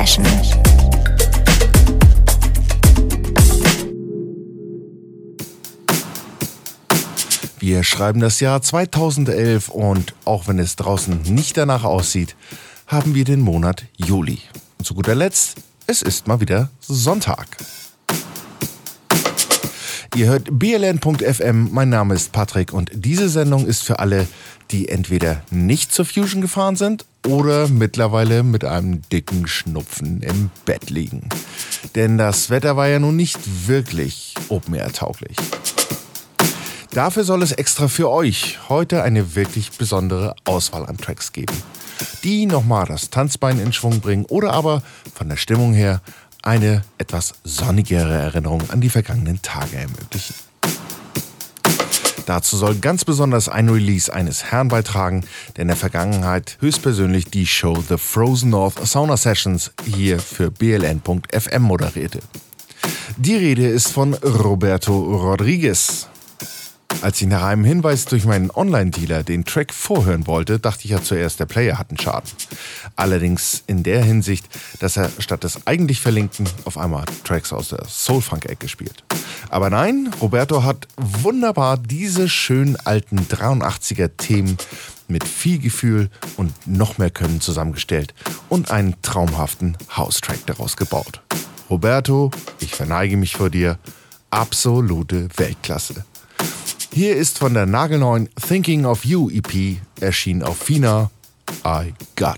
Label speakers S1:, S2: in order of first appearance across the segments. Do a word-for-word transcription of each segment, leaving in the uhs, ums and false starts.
S1: Session.
S2: Wir schreiben das Jahr zweitausendelf und auch wenn es draußen nicht danach aussieht, haben wir den Monat Juli. Und zu guter Letzt, es ist mal wieder Sonntag. Ihr hört B L N Punkt F M, mein Name ist Patrick und diese Sendung ist für alle, die entweder nicht zur Fusion gefahren sind oder mittlerweile mit einem dicken Schnupfen im Bett liegen. Denn das Wetter war ja nun nicht wirklich Open-Air-tauglich. Dafür soll es extra für euch heute eine wirklich besondere Auswahl an Tracks geben, die nochmal das Tanzbein in Schwung bringen oder aber von der Stimmung her eine etwas sonnigere Erinnerung an die vergangenen Tage ermöglichen. Dazu soll ganz besonders ein Release eines Herrn beitragen, der in der Vergangenheit höchstpersönlich die Show The Frozen North Sauna Sessions hier für B L N Punkt F M moderierte. Die Rede ist von Roberto Rodriguez. Als ich nach einem Hinweis durch meinen Online-Dealer den Track vorhören wollte, dachte ich ja zuerst, der Player hat einen Schaden. Allerdings in der Hinsicht, dass er statt des eigentlich Verlinkten auf einmal Tracks aus der Soul-Funk-Ecke spielt. Aber nein, Roberto hat wunderbar diese schönen alten dreiundachtziger-Themen mit viel Gefühl und noch mehr Können zusammengestellt und einen traumhaften House-Track daraus gebaut. Roberto, ich verneige mich vor dir, absolute Weltklasse. Hier ist von der nagelneuen Thinking of You E P, erschienen auf Fina, I Got.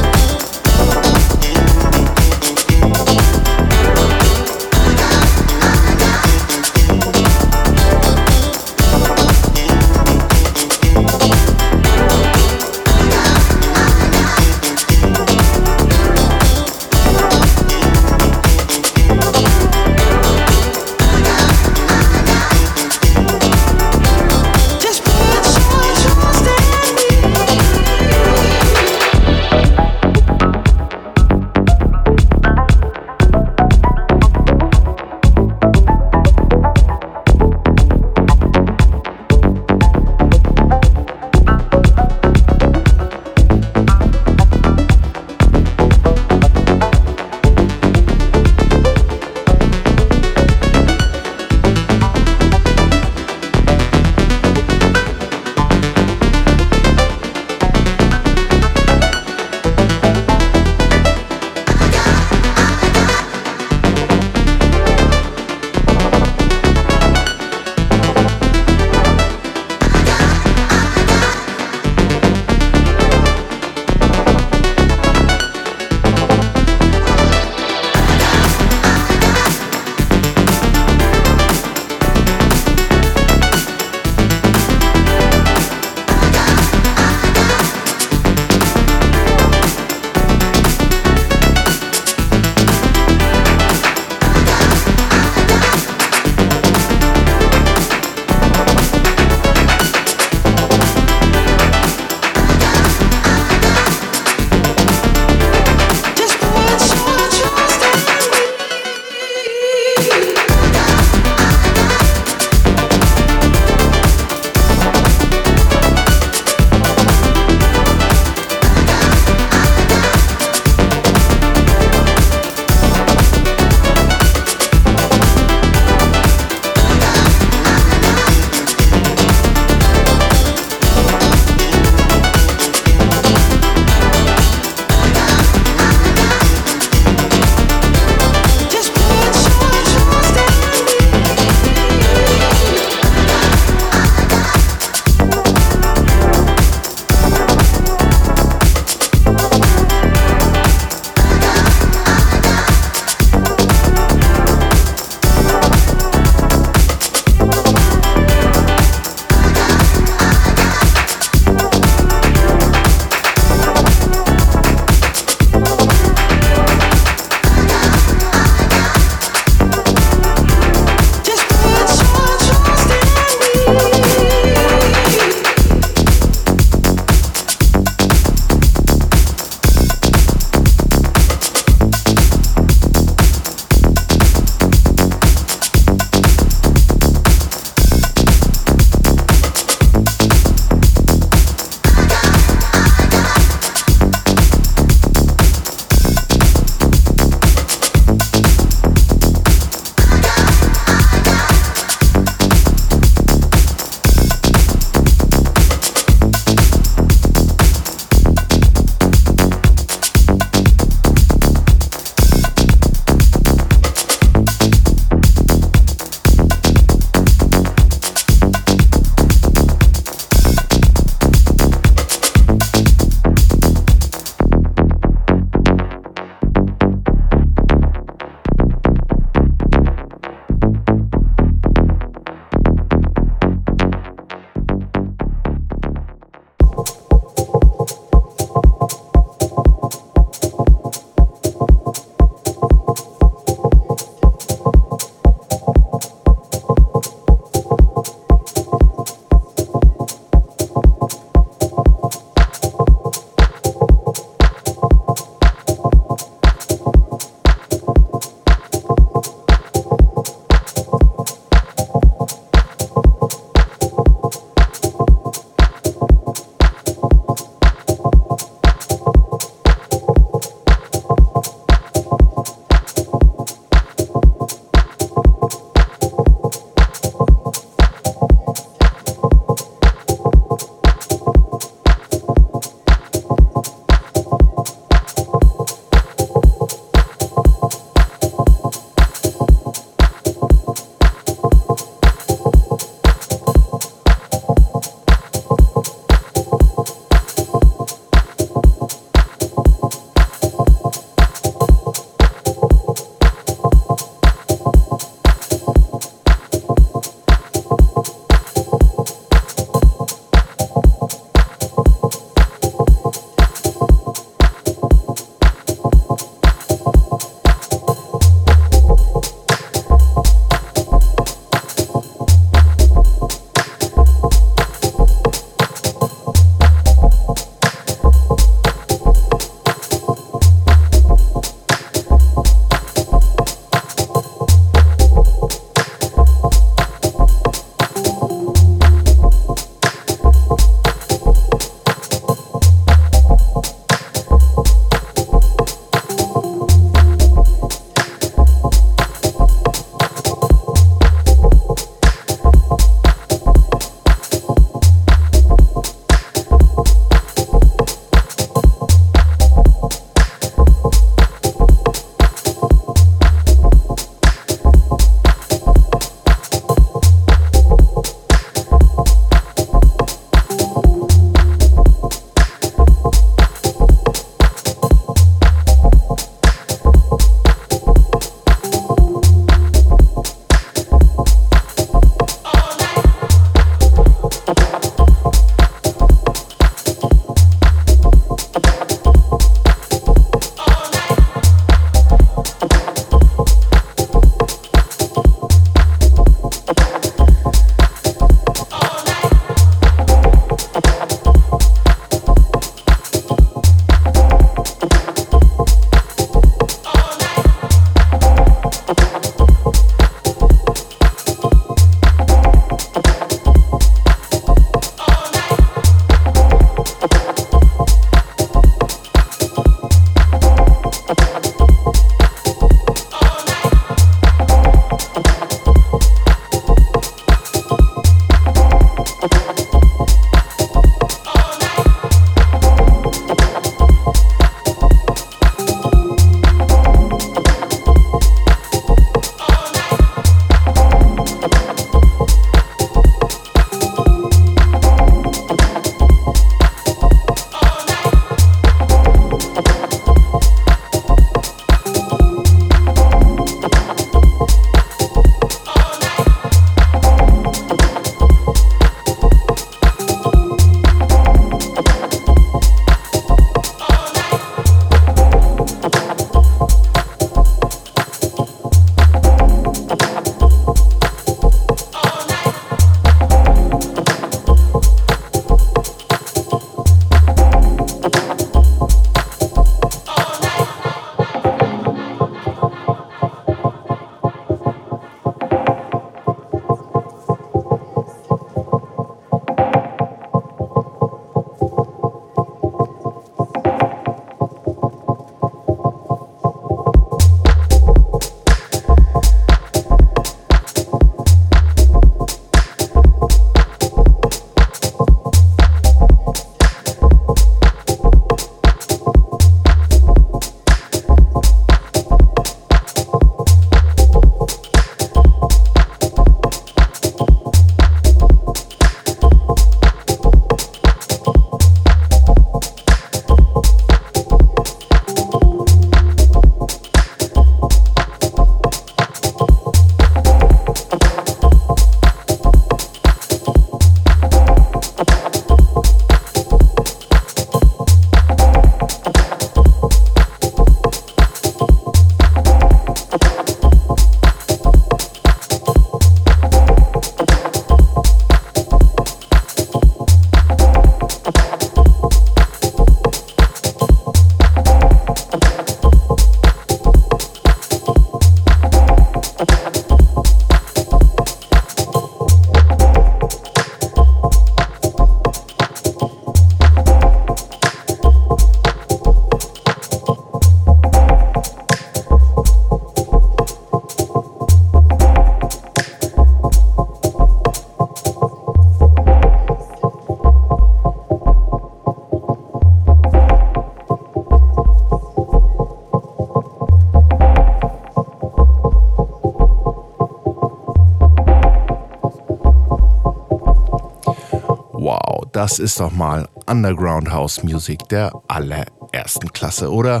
S2: Das ist doch mal Underground House Music der allerersten Klasse, oder?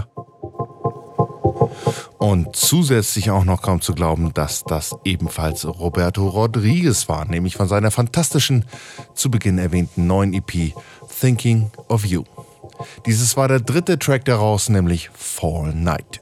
S2: Und zusätzlich auch noch kaum zu glauben, dass das ebenfalls Roberto Rodriguez war, nämlich von seiner fantastischen, zu Beginn erwähnten neuen E P Thinking of You. Dieses war der dritte Track daraus, nämlich Fall Night.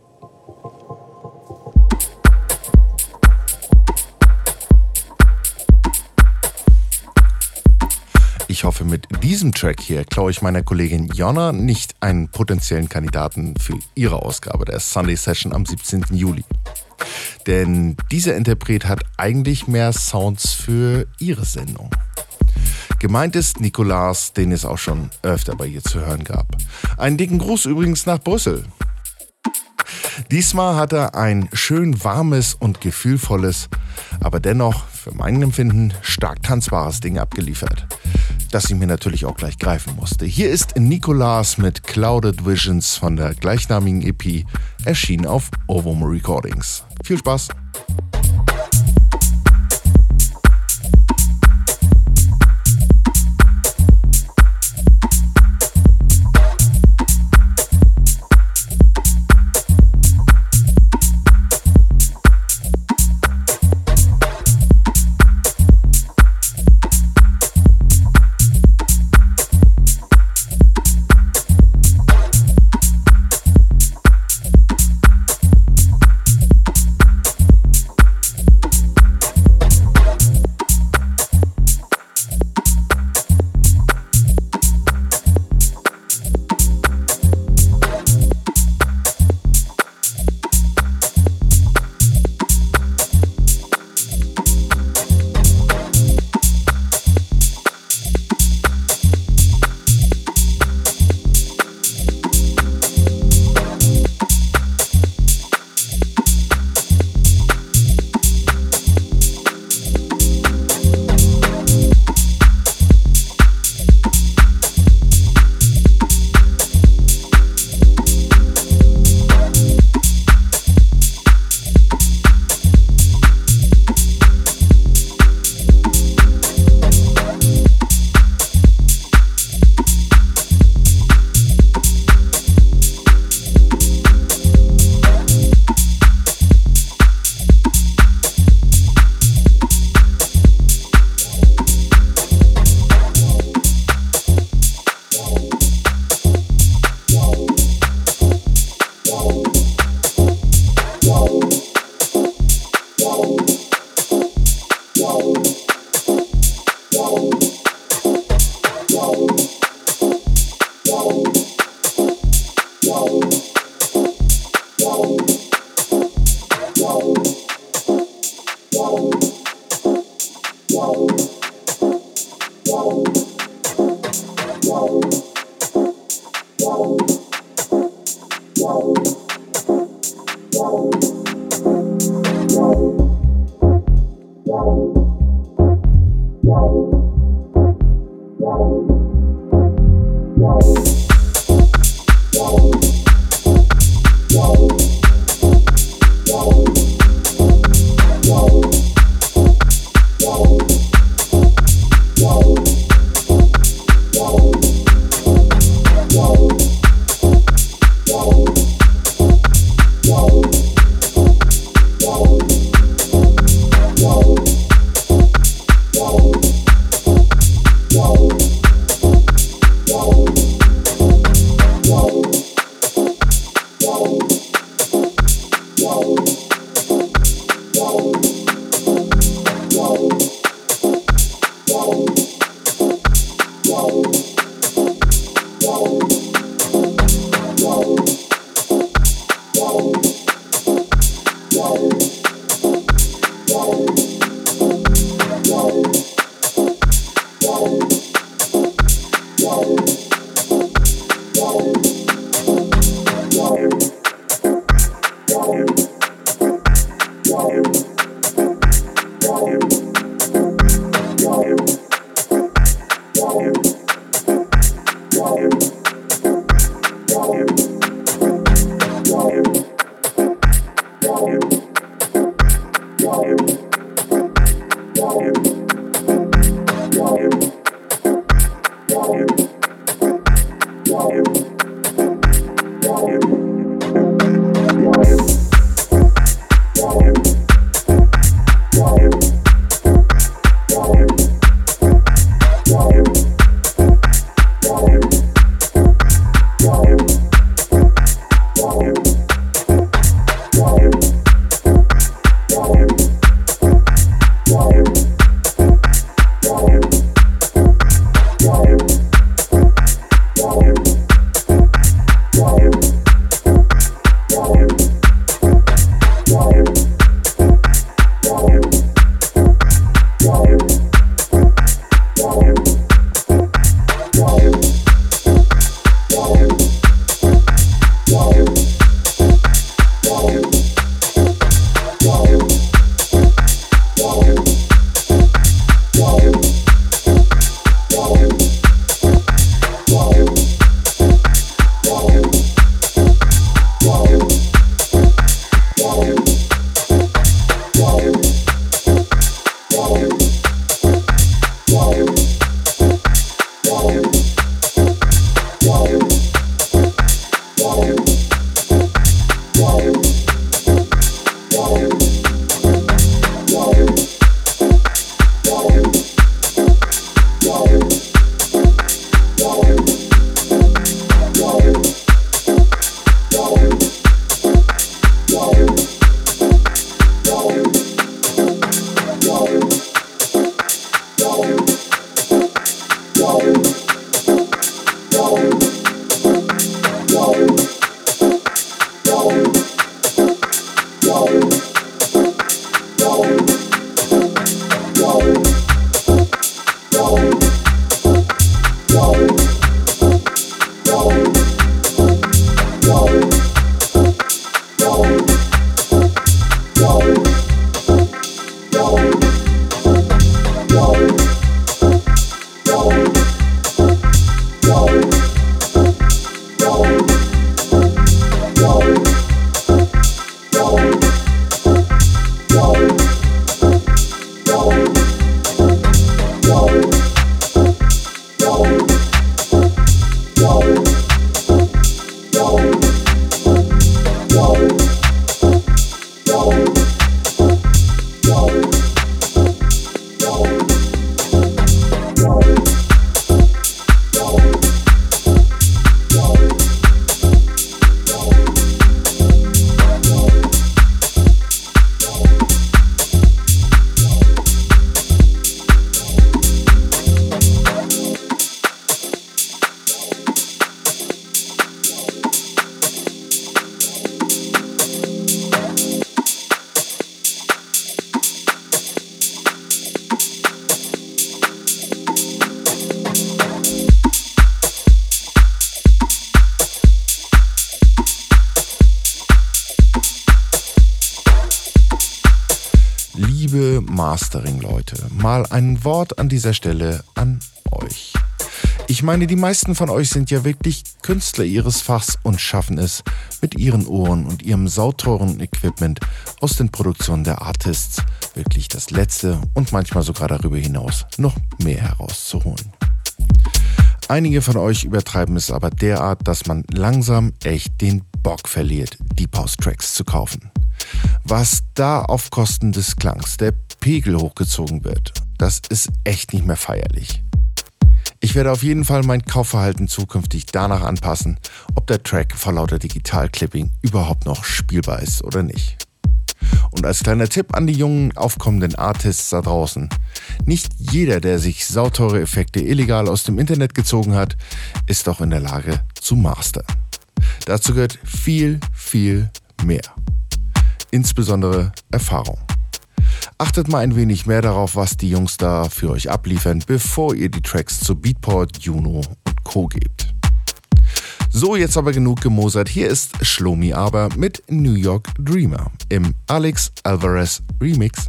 S2: Ich hoffe, mit diesem Track hier klaue ich meiner Kollegin Jonna nicht einen potenziellen Kandidaten für ihre Ausgabe der Sunday Session am siebzehnten Juli. Denn dieser Interpret hat eigentlich mehr Sounds für ihre Sendung. Gemeint ist Nicolas, den es auch schon öfter bei ihr zu hören gab. Einen dicken Gruß übrigens nach Brüssel. Diesmal hat er ein schön warmes und gefühlvolles, aber dennoch für mein Empfinden stark tanzbares Ding abgeliefert, das ich mir natürlich auch gleich greifen musste. Hier ist Nicolas mit Clouded Visions von der gleichnamigen E P, erschienen auf Ovum Recordings. Viel Spaß! Liebe Mastering-Leute, mal ein Wort an dieser Stelle an euch. Ich meine, die meisten von euch sind ja wirklich Künstler ihres Fachs und schaffen es, mit ihren Ohren und ihrem sauteuren Equipment aus den Produktionen der Artists wirklich das Letzte und manchmal sogar darüber hinaus noch mehr herauszuholen. Einige von euch übertreiben es aber derart, dass man langsam echt den Bock verliert, Deep House Tracks zu kaufen. Was da auf Kosten des Klangs der Pegel hochgezogen wird, das ist echt nicht mehr feierlich. Ich werde auf jeden Fall mein Kaufverhalten zukünftig danach anpassen, ob der Track vor lauter Digital-Clipping überhaupt noch spielbar ist oder nicht. Und als kleiner Tipp an die jungen, aufkommenden Artists da draußen: Nicht jeder, der sich sauteure Effekte illegal aus dem Internet gezogen hat, ist auch in der Lage zu mastern. Dazu gehört viel, viel mehr. Insbesondere Erfahrung. Achtet mal ein wenig mehr darauf, was die Jungs da für euch abliefern, bevor ihr die Tracks zu Beatport, Juno und Co. gebt. So, jetzt aber genug gemosert. Hier ist Shlomi Aber mit New York Dreamer im Alex Alvarez Remix.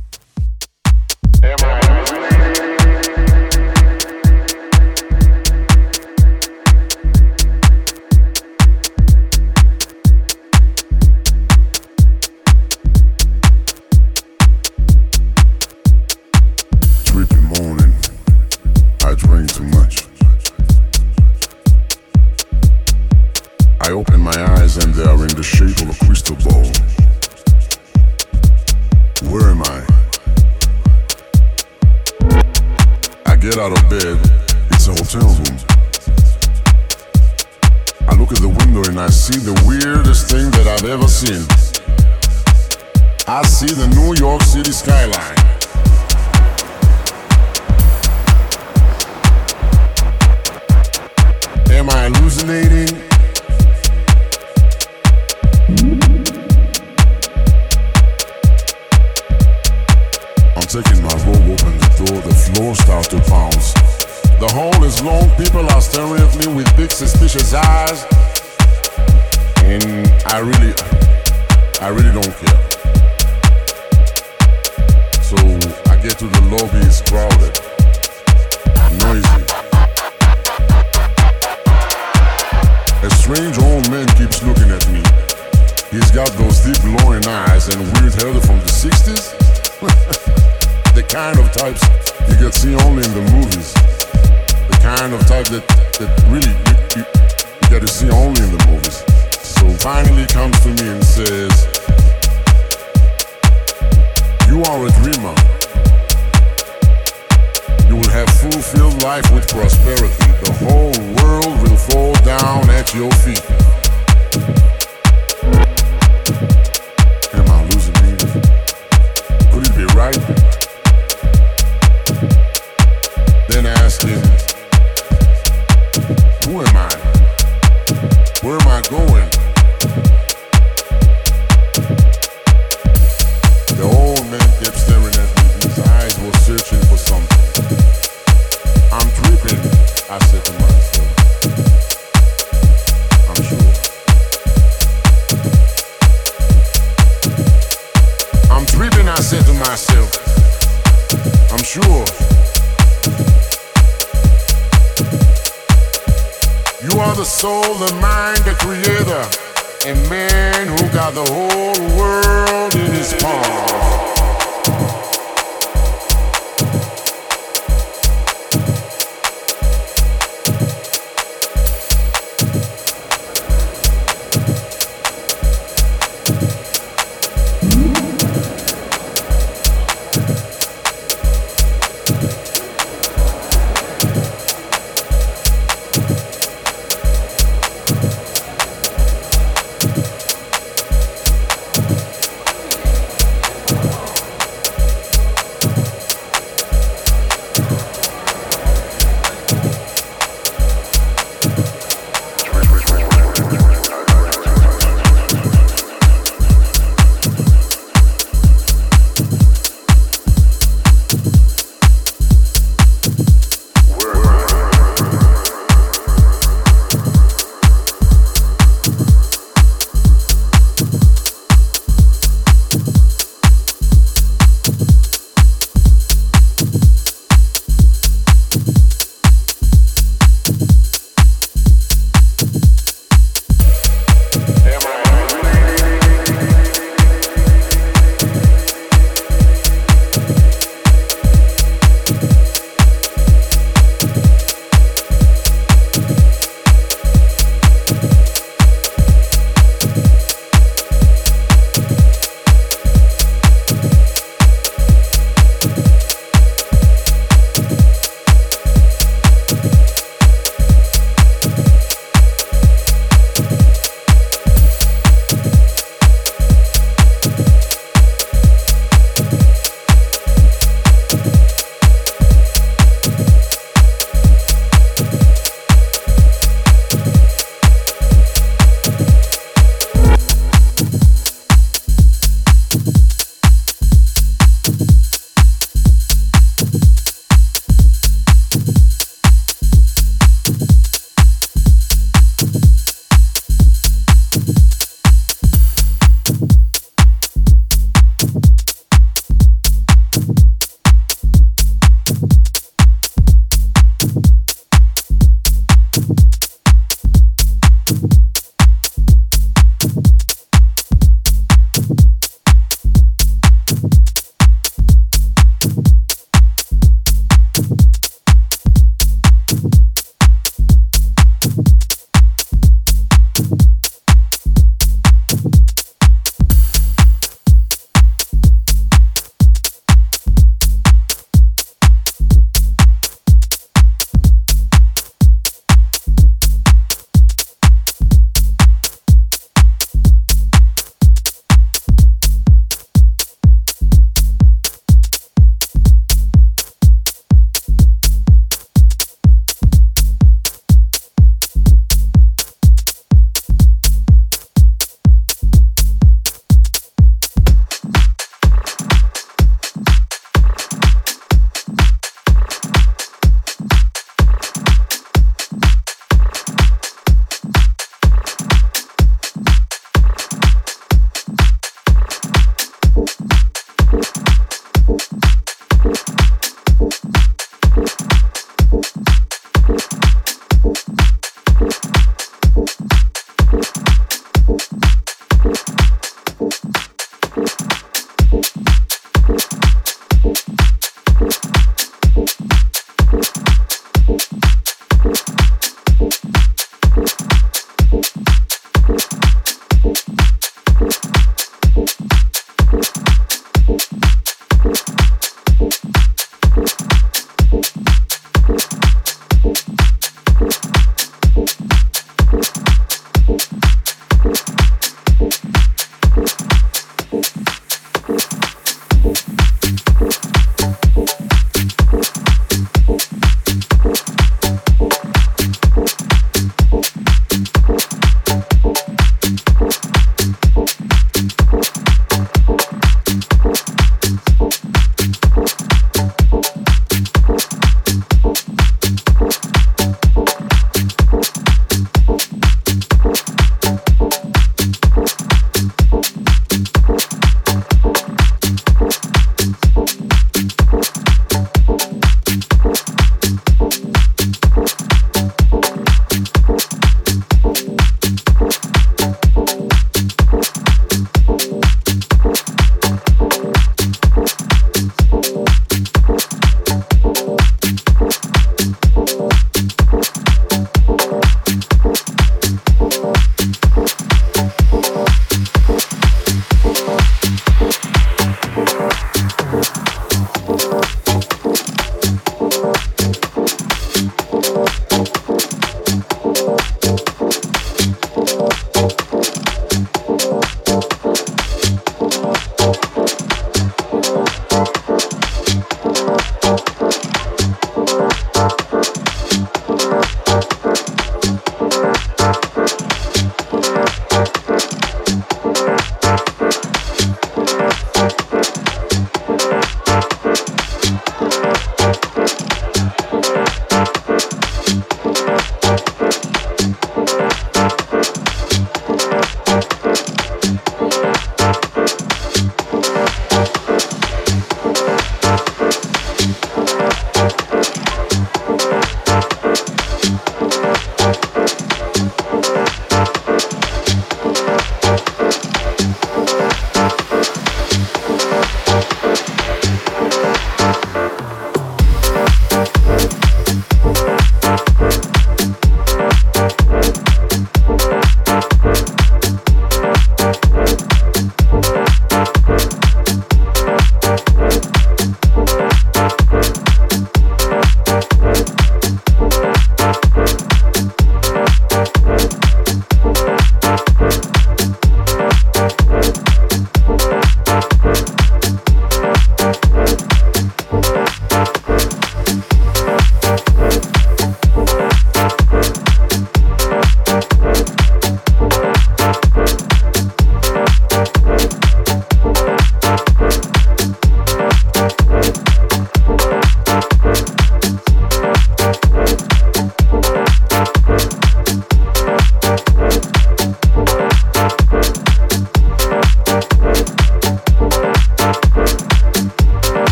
S1: I open my eyes and they are in the shape of a crystal ball. Where am I? I get out of bed, it's a hotel room. I look at the window and I see the weirdest thing that I've ever seen. I see the New York City skyline. Am I hallucinating? I'm taking my robe, open the door, the floor starts to bounce. The hall is long, people are staring at me with big suspicious eyes. And I really, I really don't care. So I get to the lobby, it's crowded, noisy. A strange old man keeps looking at me. He's got those deep glowing eyes and weird hair from the sixties. The kind of types you can see only in the movies. The kind of type that, that really you, you, you get to see only in the movies. So finally he comes to me and says, you are a dreamer. You will have fulfilled life with prosperity. The whole world will fall down at your feet. Am I hallucinating? Could it be right? Then I asked him, who am I? Where am I going? The old man kept staring at me. His eyes were searching for something. I'm tripping, I said to myself. I'm sure. I'm tripping, I said to myself. I'm sure. You are the soul, the mind, the creator, a man who got the whole world in his palm.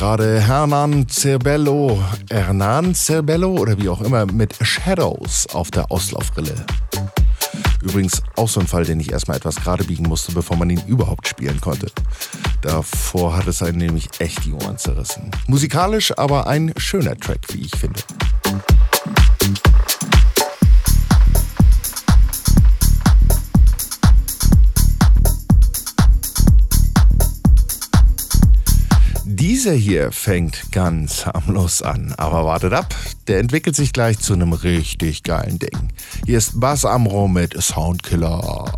S2: gerade Hernan Cerbello, Hernan Cerbello oder wie auch immer mit Shadows auf der Auslaufrille. Übrigens auch so ein Fall, den ich erstmal etwas gerade biegen musste, bevor man ihn überhaupt spielen konnte. Davor hat es einen nämlich echt die Ohren zerrissen. Musikalisch aber ein schöner Track, wie ich finde. Dieser hier fängt ganz harmlos an, aber wartet ab, der entwickelt sich gleich zu einem richtig geilen Ding. Hier ist Bas Amro mit Soundkiller.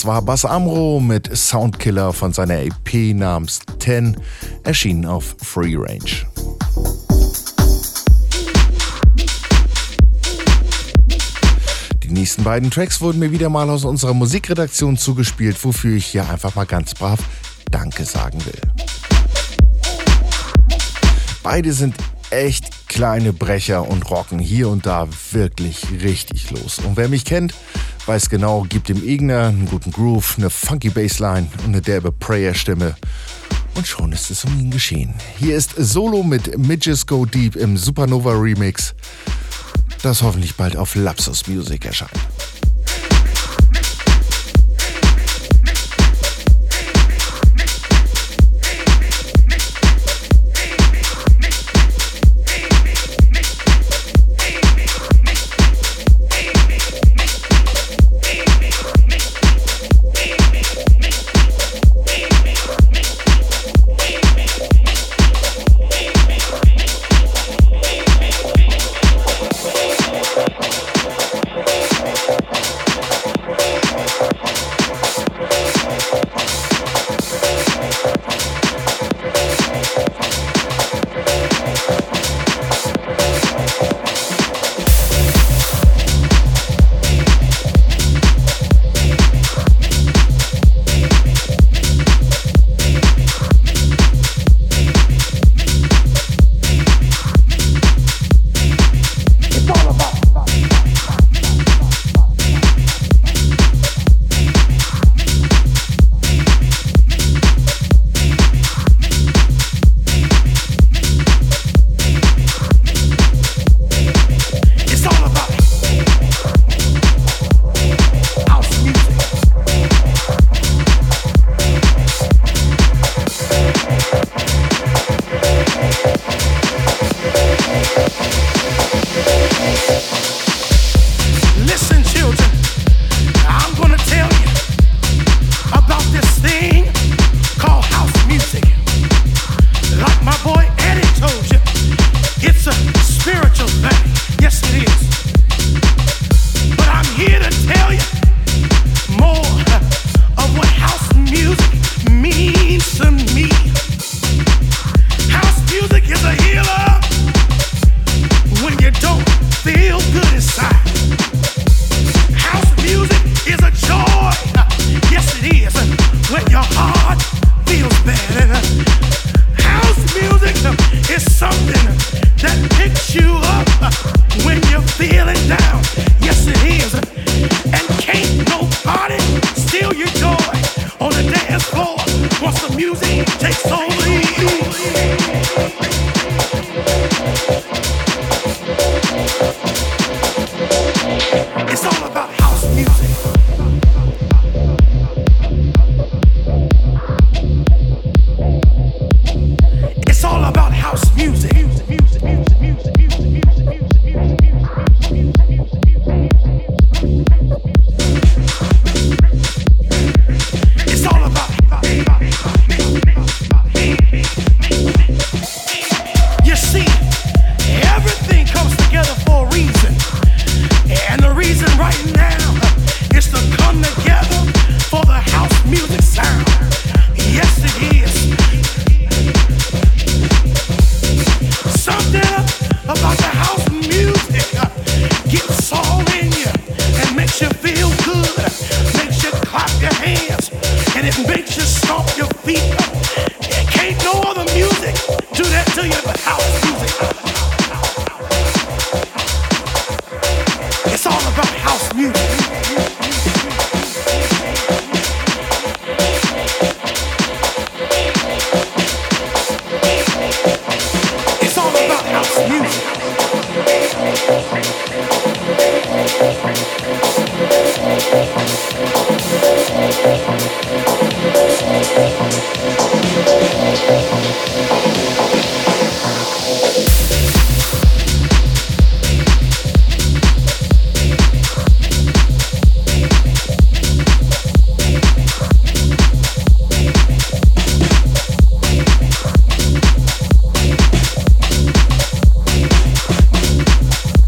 S2: Das war Bass Amro mit Soundkiller von seiner E P namens Ten, erschienen auf Free Range. Die nächsten beiden Tracks wurden mir wieder mal aus unserer Musikredaktion zugespielt, wofür ich hier einfach mal ganz brav Danke sagen will. Beide sind echt kleine Brecher und rocken hier und da wirklich richtig los. Und wer mich kennt, weiß genau, gibt dem Igner einen guten Groove, eine funky Bassline und eine derbe Prayer-Stimme. Und schon ist es um ihn geschehen. Hier ist Solo mit Midges Go Deep im Supernova Remix, das hoffentlich bald auf Lapsus Music erscheint.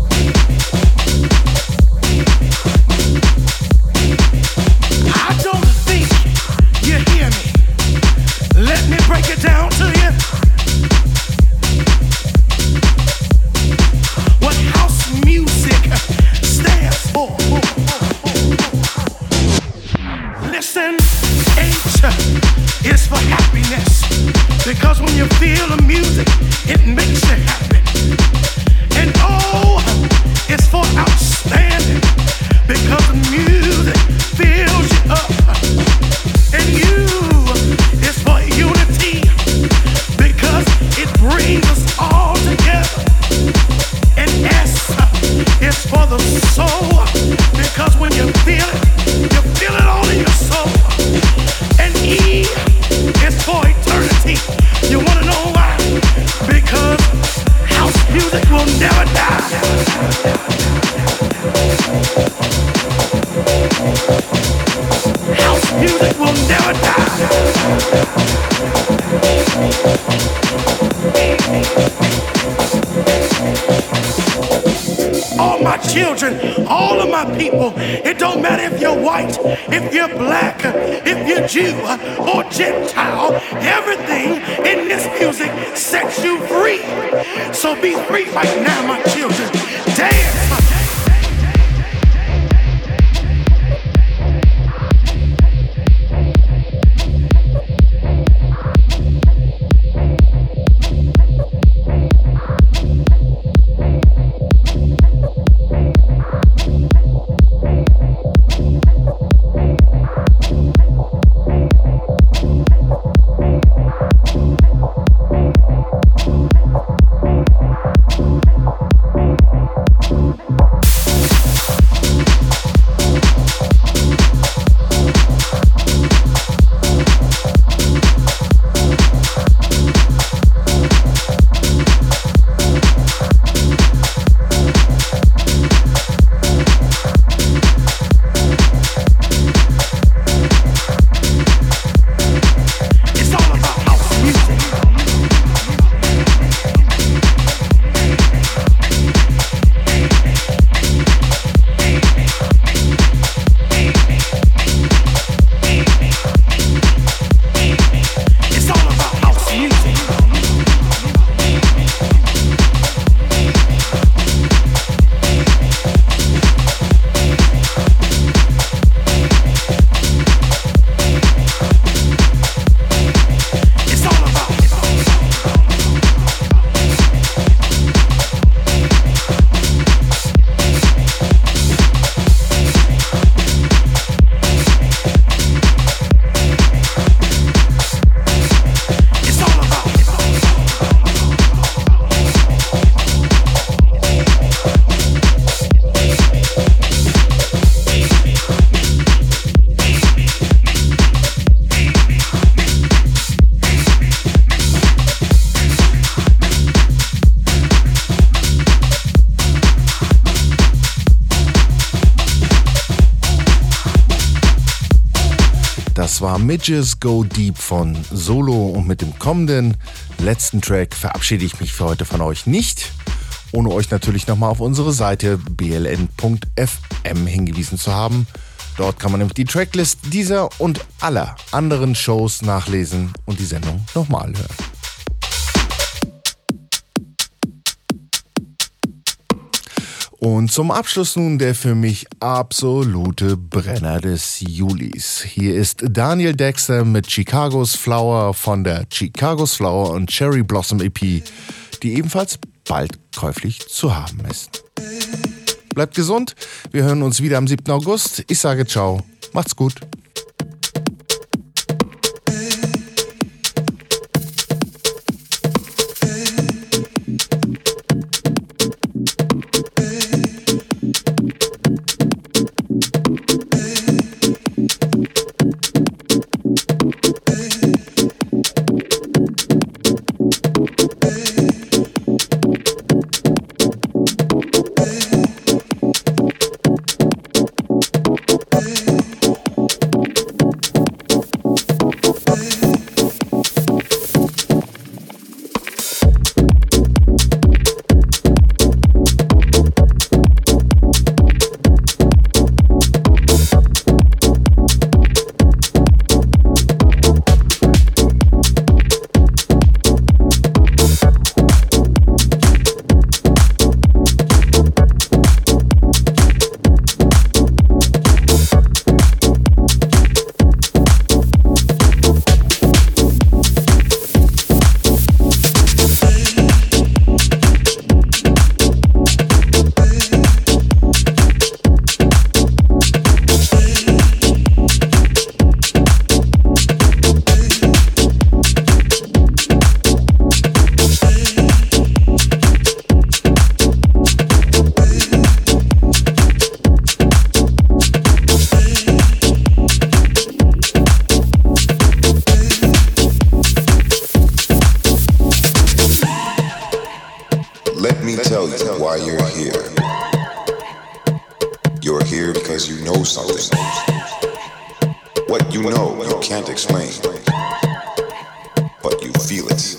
S3: I don't Because when you feel the music, it makes you happy. And oh, it's for outstanding. Because the music fills you up. And you, it's for unity. Because it brings us all together. And S is for the soul. Because when you feel it, you feel it all in your soul. And E is for eternity. You wanna know why? Because house music will never die. House music will never die. All my children, all of my people, it don't matter if you're white, if you're black, if you're Jew or Gentile, everything in this music sets you free. So be free right now, my children. Dance.
S2: Das war Midges Go Deep von Solo und mit dem kommenden letzten Track verabschiede ich mich für heute von euch nicht, ohne euch natürlich nochmal auf unsere Seite b l n punkt f m hingewiesen zu haben. Dort kann man nämlich die Tracklist dieser und aller anderen Shows nachlesen und die Sendung nochmal hören. Und zum Abschluss nun der für mich absolute Brenner des Julis. Hier ist Daniel Dexter mit Chicago's Flower von der Chicago's Flower und Cherry Blossom E P, die ebenfalls bald käuflich zu haben ist. Bleibt gesund, wir hören uns wieder am siebten August. Ich sage ciao, macht's gut.
S4: me tell you why you're here. You're here because you know something. What you know, you can't explain, but you feel it.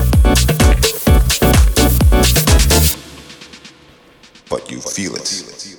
S4: But you feel it.